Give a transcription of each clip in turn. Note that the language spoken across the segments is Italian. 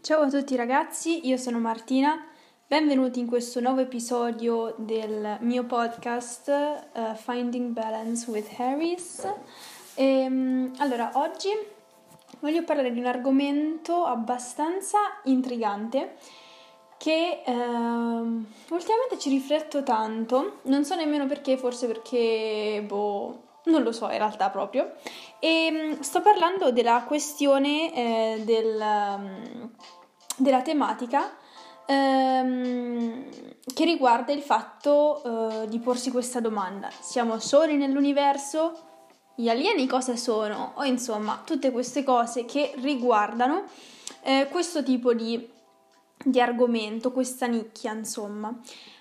Ciao a tutti ragazzi, io sono Martina, benvenuti in questo nuovo episodio del mio podcast Finding Balance with Harris. Allora, oggi voglio parlare di un argomento abbastanza intrigante che ultimamente ci rifletto tanto, non so nemmeno perché, forse perché, non lo so in realtà proprio. Sto parlando della questione della tematica che riguarda il fatto di porsi questa domanda: siamo soli nell'universo? Gli alieni cosa sono? O insomma, tutte queste cose che riguardano questo tipo di argomento, questa nicchia, insomma.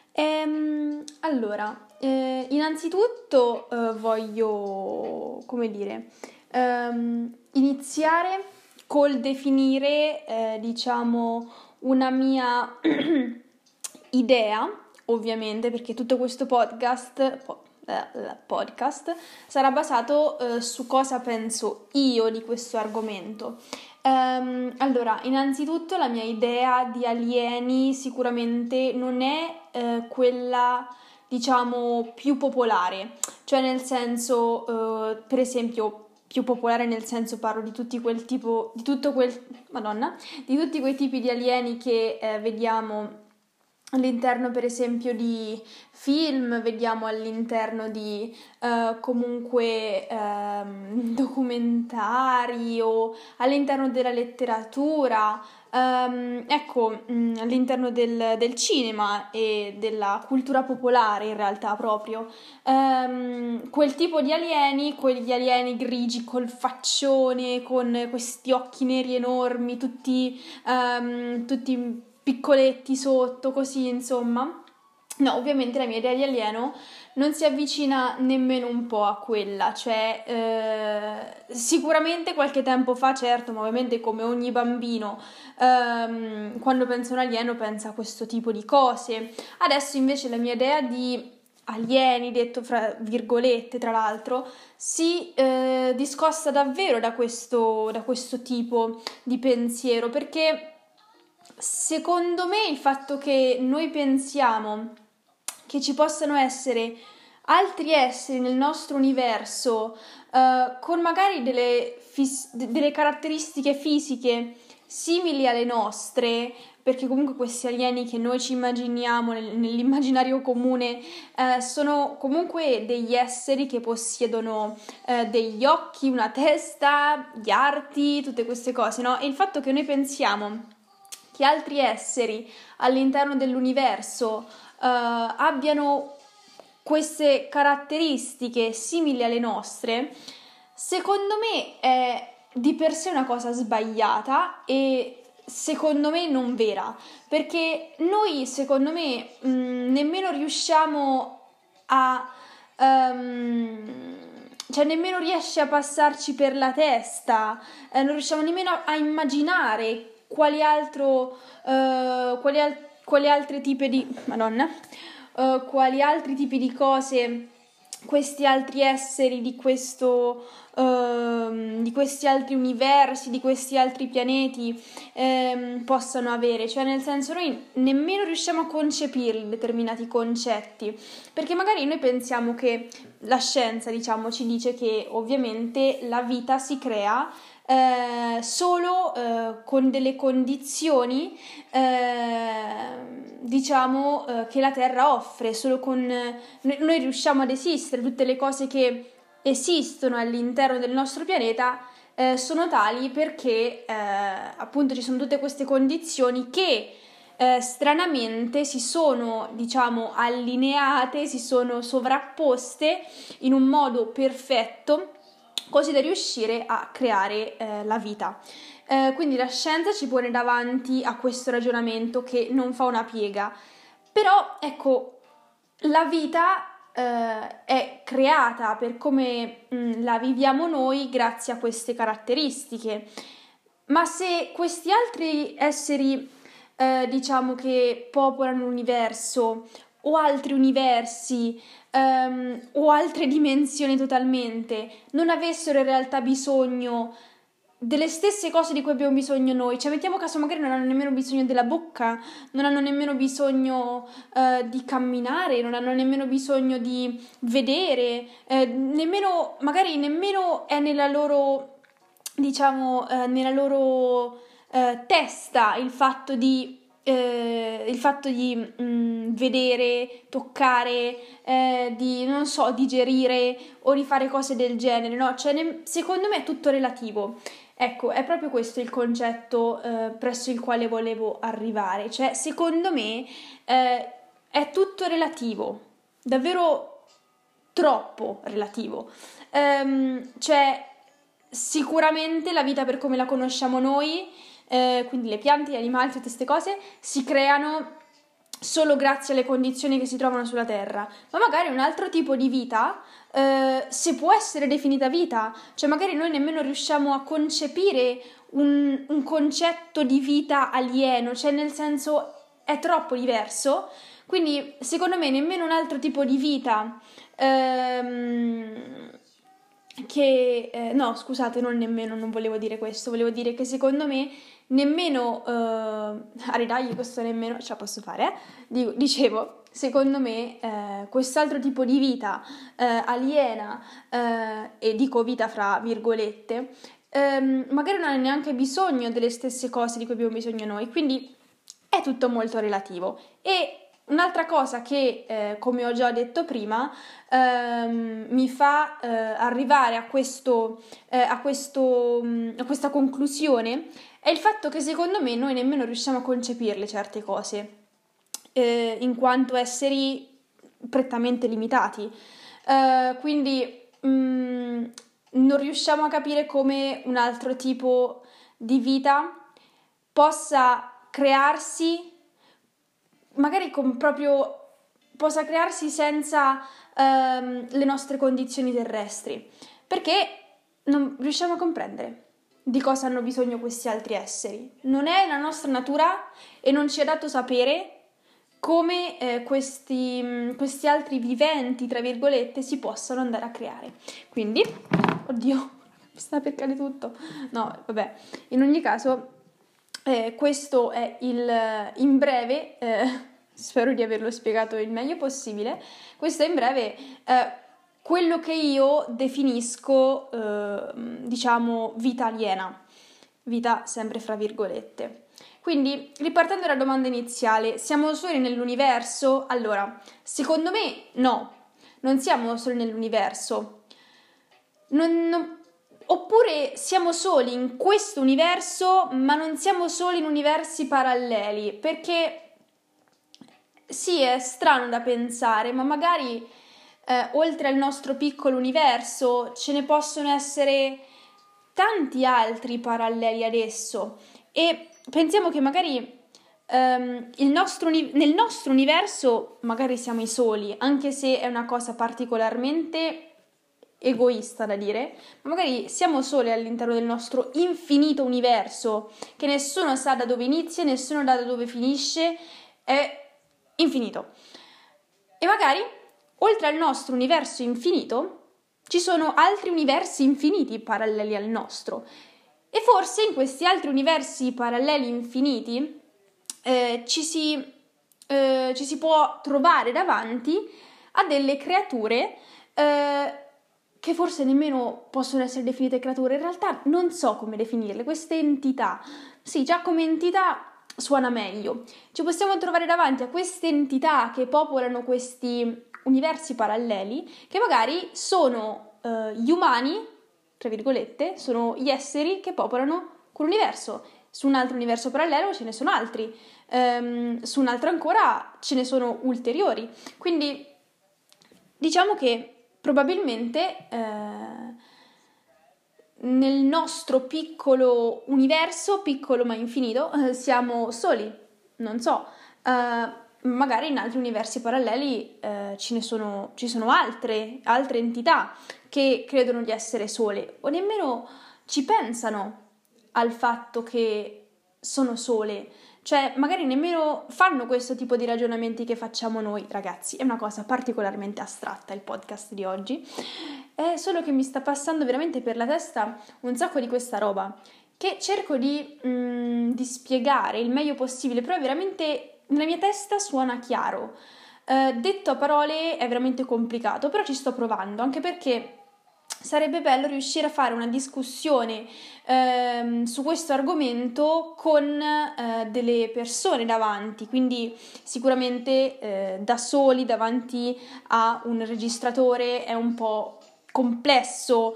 Innanzitutto voglio, iniziare col definire, una mia idea, ovviamente, perché tutto questo podcast sarà basato su cosa penso io di questo argomento. Innanzitutto la mia idea di alieni sicuramente non è quella, diciamo, più popolare, cioè nel senso, per esempio, più popolare nel senso parlo di tutti quel tipo, di tutti quei tipi di alieni che vediamo all'interno, per esempio, di film, vediamo all'interno di documentari o all'interno della letteratura, all'interno del cinema e della cultura popolare in realtà proprio. Quel tipo di alieni, quegli alieni grigi col faccione, con questi occhi neri enormi, tutti piccoletti sotto, così insomma. No, ovviamente la mia idea di alieno non si avvicina nemmeno un po' a quella, cioè sicuramente qualche tempo fa, certo, ma ovviamente come ogni bambino quando pensa a un alieno pensa a questo tipo di cose. Adesso invece la mia idea di alieni, detto fra virgolette tra l'altro, si discosta davvero da questo tipo di pensiero, perché secondo me il fatto che noi pensiamo che ci possano essere altri esseri nel nostro universo con magari delle caratteristiche fisiche simili alle nostre, perché comunque questi alieni che noi ci immaginiamo nell'immaginario comune sono comunque degli esseri che possiedono degli occhi, una testa, gli arti, tutte queste cose, no? E il fatto che noi pensiamo che altri esseri all'interno dell'universo abbiano queste caratteristiche simili alle nostre, secondo me è di per sé una cosa sbagliata e secondo me non vera, perché noi secondo me nemmeno riusciamo a cioè nemmeno riesce a passarci per la testa, non riusciamo nemmeno a immaginare quali altri tipi di quali altri tipi di cose questi altri esseri di questi altri universi, di questi altri pianeti possano avere, cioè nel senso noi nemmeno riusciamo a concepirli determinati concetti, perché magari noi pensiamo che la scienza, diciamo, ci dice che ovviamente la vita si crea solo con delle condizioni che la Terra offre, solo con noi riusciamo ad esistere, tutte le cose che esistono all'interno del nostro pianeta sono tali perché appunto ci sono tutte queste condizioni che stranamente si sono, diciamo, allineate, si sono sovrapposte in un modo perfetto, così da riuscire a creare la vita. Quindi la scienza ci pone davanti a questo ragionamento che non fa una piega. Però, ecco, la vita è creata per come la viviamo noi grazie a queste caratteristiche. Ma se questi altri esseri, diciamo, che popolano l'universo o altri universi o altre dimensioni totalmente non avessero in realtà bisogno delle stesse cose di cui abbiamo bisogno noi. Cioè, mettiamo caso, magari non hanno nemmeno bisogno della bocca, non hanno nemmeno bisogno di camminare, non hanno nemmeno bisogno di vedere, magari nemmeno è nella loro, diciamo, testa il fatto di vedere, toccare, di, non so, digerire o di fare cose del genere, no? Cioè, secondo me è tutto relativo. Ecco, è proprio questo il concetto presso il quale volevo arrivare. Cioè, secondo me è tutto relativo, davvero troppo relativo. Cioè, sicuramente la vita per come la conosciamo noi, quindi le piante, gli animali, tutte queste cose, si creano solo grazie alle condizioni che si trovano sulla Terra, ma magari un altro tipo di vita, se può essere definita vita, cioè magari noi nemmeno riusciamo a concepire un concetto di vita alieno, cioè nel senso è troppo diverso, quindi secondo me nemmeno un altro tipo di vita no, scusate, non volevo dire questo, volevo dire che secondo me nemmeno ridagli questo nemmeno ce la posso fare, dicevo, secondo me quest'altro tipo di vita aliena, e dico vita fra virgolette, magari non ha neanche bisogno delle stesse cose di cui abbiamo bisogno noi, quindi è tutto molto relativo. E un'altra cosa che, come ho già detto prima, mi fa arrivare a questa conclusione è il fatto che secondo me noi nemmeno riusciamo a concepirle certe cose, in quanto esseri prettamente limitati. Quindi non riusciamo a capire come un altro tipo di vita possa crearsi, magari possa crearsi senza le nostre condizioni terrestri, perché non riusciamo a comprendere di cosa hanno bisogno questi altri esseri. Non è la nostra natura e non ci è dato sapere come questi altri viventi, tra virgolette, si possano andare a creare. Quindi, oddio, mi sta per cadere tutto. No, vabbè, in ogni caso, questo è in breve, spero di averlo spiegato il meglio possibile, questo è in breve quello che io definisco, diciamo, vita aliena, vita sempre fra virgolette. Quindi, ripartendo dalla domanda iniziale, siamo soli nell'universo? Allora, secondo me no, non siamo soli nell'universo. Oppure siamo soli in questo universo, ma non siamo soli in universi paralleli, perché sì, è strano da pensare, ma magari oltre al nostro piccolo universo ce ne possono essere tanti altri paralleli adesso, e pensiamo che magari nel nostro universo magari siamo i soli, anche se è una cosa particolarmente egoista da dire, ma magari siamo soli all'interno del nostro infinito universo, che nessuno sa da dove inizia, nessuno sa da dove finisce, è infinito. E magari oltre al nostro universo infinito ci sono altri universi infiniti paralleli al nostro, e forse in questi altri universi paralleli infiniti ci si può trovare davanti a delle creature che forse nemmeno possono essere definite creature, in realtà non so come definirle, queste entità. Sì, già come entità suona meglio. Ci possiamo trovare davanti a queste entità che popolano questi universi paralleli, che magari sono gli umani, tra virgolette, sono gli esseri che popolano quell'universo. Su un altro universo parallelo ce ne sono altri, su un altro ancora ce ne sono ulteriori. Quindi diciamo che probabilmente nel nostro piccolo universo, piccolo ma infinito, siamo soli, non so, magari in altri universi paralleli ci sono altre entità che credono di essere sole o nemmeno ci pensano al fatto che sono sole, cioè magari nemmeno fanno questo tipo di ragionamenti che facciamo noi, ragazzi. È una cosa particolarmente astratta il podcast di oggi, è solo che mi sta passando veramente per la testa un sacco di questa roba, che cerco di spiegare il meglio possibile, però veramente nella mia testa suona chiaro. Detto a parole è veramente complicato, però ci sto provando, anche perché sarebbe bello riuscire a fare una discussione su questo argomento con delle persone davanti, quindi sicuramente da soli davanti a un registratore è un po' complesso,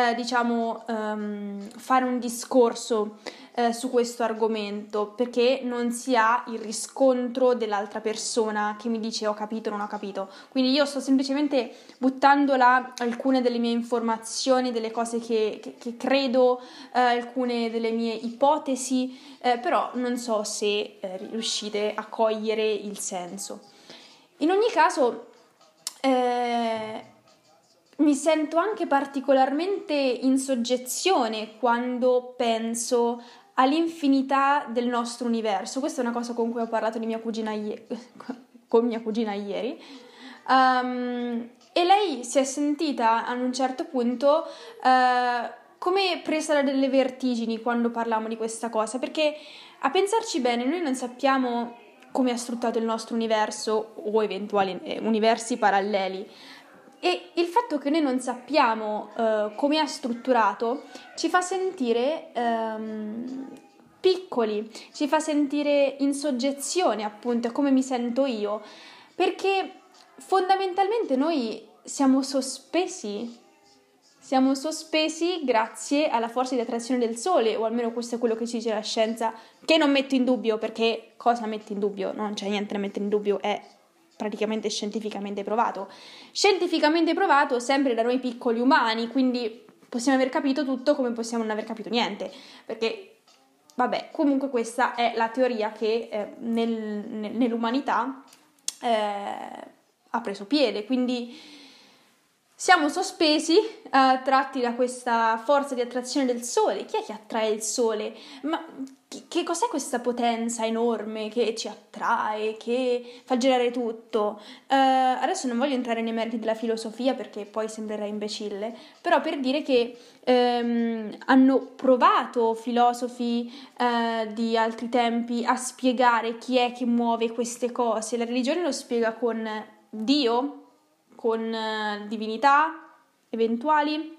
fare un discorso su questo argomento, perché non si ha il riscontro dell'altra persona che mi dice ho capito, non ho capito. Quindi io sto semplicemente buttando là alcune delle mie informazioni, delle cose che credo, alcune delle mie ipotesi, però non so se riuscite a cogliere il senso. In ogni caso, mi sento anche particolarmente in soggezione quando penso all'infinità del nostro universo. Questa è una cosa con cui ho parlato di con mia cugina ieri. E lei si è sentita a un certo punto come presa da delle vertigini quando parliamo di questa cosa, perché a pensarci bene noi non sappiamo come è strutturato il nostro universo o eventuali universi paralleli. E il fatto che noi non sappiamo come è strutturato ci fa sentire piccoli, ci fa sentire in soggezione, appunto, a come mi sento io, perché fondamentalmente noi siamo sospesi grazie alla forza di attrazione del Sole, o almeno questo è quello che ci dice la scienza, che non metto in dubbio, perché cosa metto in dubbio? Non c'è niente da mettere in dubbio, è praticamente scientificamente provato, sempre da noi piccoli umani, quindi possiamo aver capito tutto come possiamo non aver capito niente, perché vabbè, comunque questa è la teoria che nell'umanità ha preso piede, quindi siamo sospesi, tratti da questa forza di attrazione del Sole. Chi è che attrae il Sole? Ma che cos'è questa potenza enorme che ci attrae, che fa girare tutto? Adesso non voglio entrare nei meriti della filosofia perché poi sembrerei imbecille, però per dire che hanno provato filosofi di altri tempi a spiegare chi è che muove queste cose. La religione lo spiega con Dio, con divinità eventuali,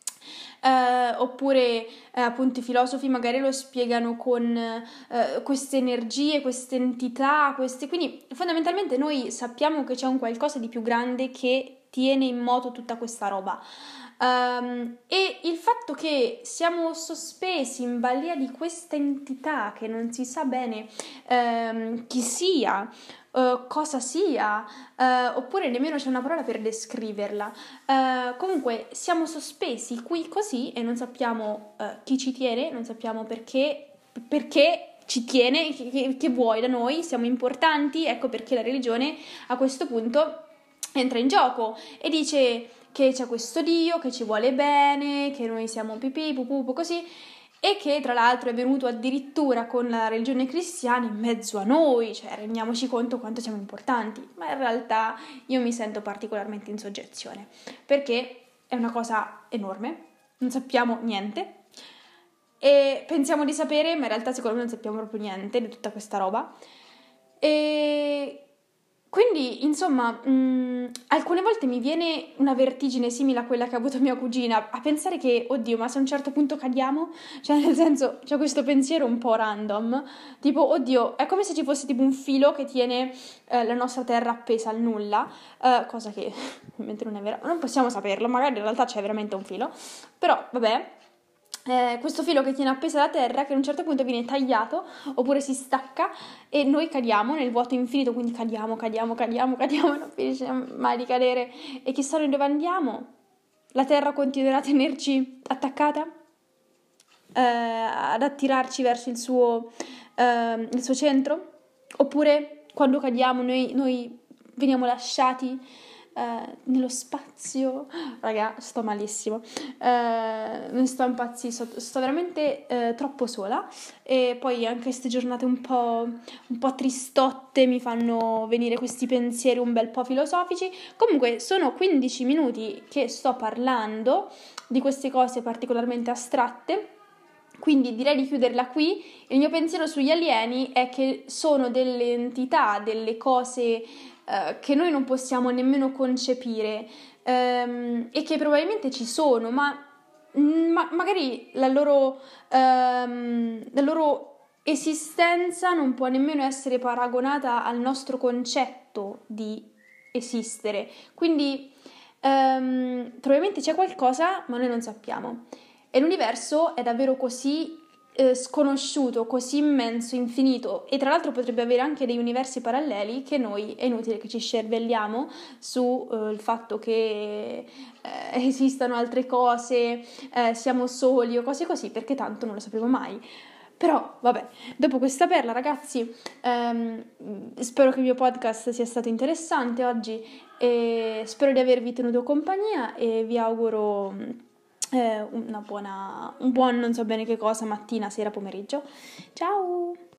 oppure appunto i filosofi magari lo spiegano con queste energie, queste entità, quindi fondamentalmente noi sappiamo che c'è un qualcosa di più grande che tiene in moto tutta questa roba. E il fatto che siamo sospesi in balia di questa entità che non si sa bene chi sia, cosa sia, oppure nemmeno c'è una parola per descriverla. Comunque siamo sospesi qui così e non sappiamo chi ci tiene, non sappiamo perché ci tiene, che vuoi da noi, siamo importanti, ecco perché la religione a questo punto entra in gioco e dice che c'è questo Dio che ci vuole bene, che noi siamo pipì, pupù, così, e che tra l'altro è venuto addirittura con la religione cristiana in mezzo a noi, cioè rendiamoci conto quanto siamo importanti, ma in realtà io mi sento particolarmente in soggezione, perché è una cosa enorme, non sappiamo niente, e pensiamo di sapere, ma in realtà secondo me non sappiamo proprio niente di tutta questa roba, e quindi, insomma, alcune volte mi viene una vertigine simile a quella che ha avuto mia cugina, a pensare che, oddio, ma se a un certo punto cadiamo? Cioè, nel senso, c'ho questo pensiero un po' random, tipo, oddio, è come se ci fosse tipo un filo che tiene la nostra terra appesa al nulla, cosa che ovviamente non è vera, non possiamo saperlo, magari in realtà c'è veramente un filo, però, vabbè. Questo filo che tiene appesa la terra che a un certo punto viene tagliato oppure si stacca e noi cadiamo nel vuoto infinito, quindi cadiamo, non finisce mai di cadere e chissà noi dove andiamo. La terra continuerà a tenerci attaccata, ad attirarci verso il suo centro, oppure quando cadiamo noi veniamo lasciati nello spazio. Raga, sto malissimo. Sto impazzendo, sto veramente troppo sola. E poi anche queste giornate un po' tristotte mi fanno venire questi pensieri un bel po' filosofici. Comunque sono 15 minuti che sto parlando di queste cose particolarmente astratte, quindi direi di chiuderla qui. Il mio pensiero sugli alieni è che sono delle entità, delle cose che noi non possiamo nemmeno concepire, e che probabilmente ci sono, ma magari la loro esistenza non può nemmeno essere paragonata al nostro concetto di esistere. Quindi probabilmente c'è qualcosa, ma noi non sappiamo. E l'universo è davvero così sconosciuto, così immenso, infinito, e tra l'altro potrebbe avere anche dei universi paralleli che noi è inutile che ci scervelliamo su il fatto che esistano altre cose, siamo soli o cose così, perché tanto non lo sapremo mai. Però, vabbè, dopo questa perla, ragazzi, spero che il mio podcast sia stato interessante oggi e spero di avervi tenuto compagnia e vi auguro un buon non so bene che cosa, mattina, sera, pomeriggio. Ciao!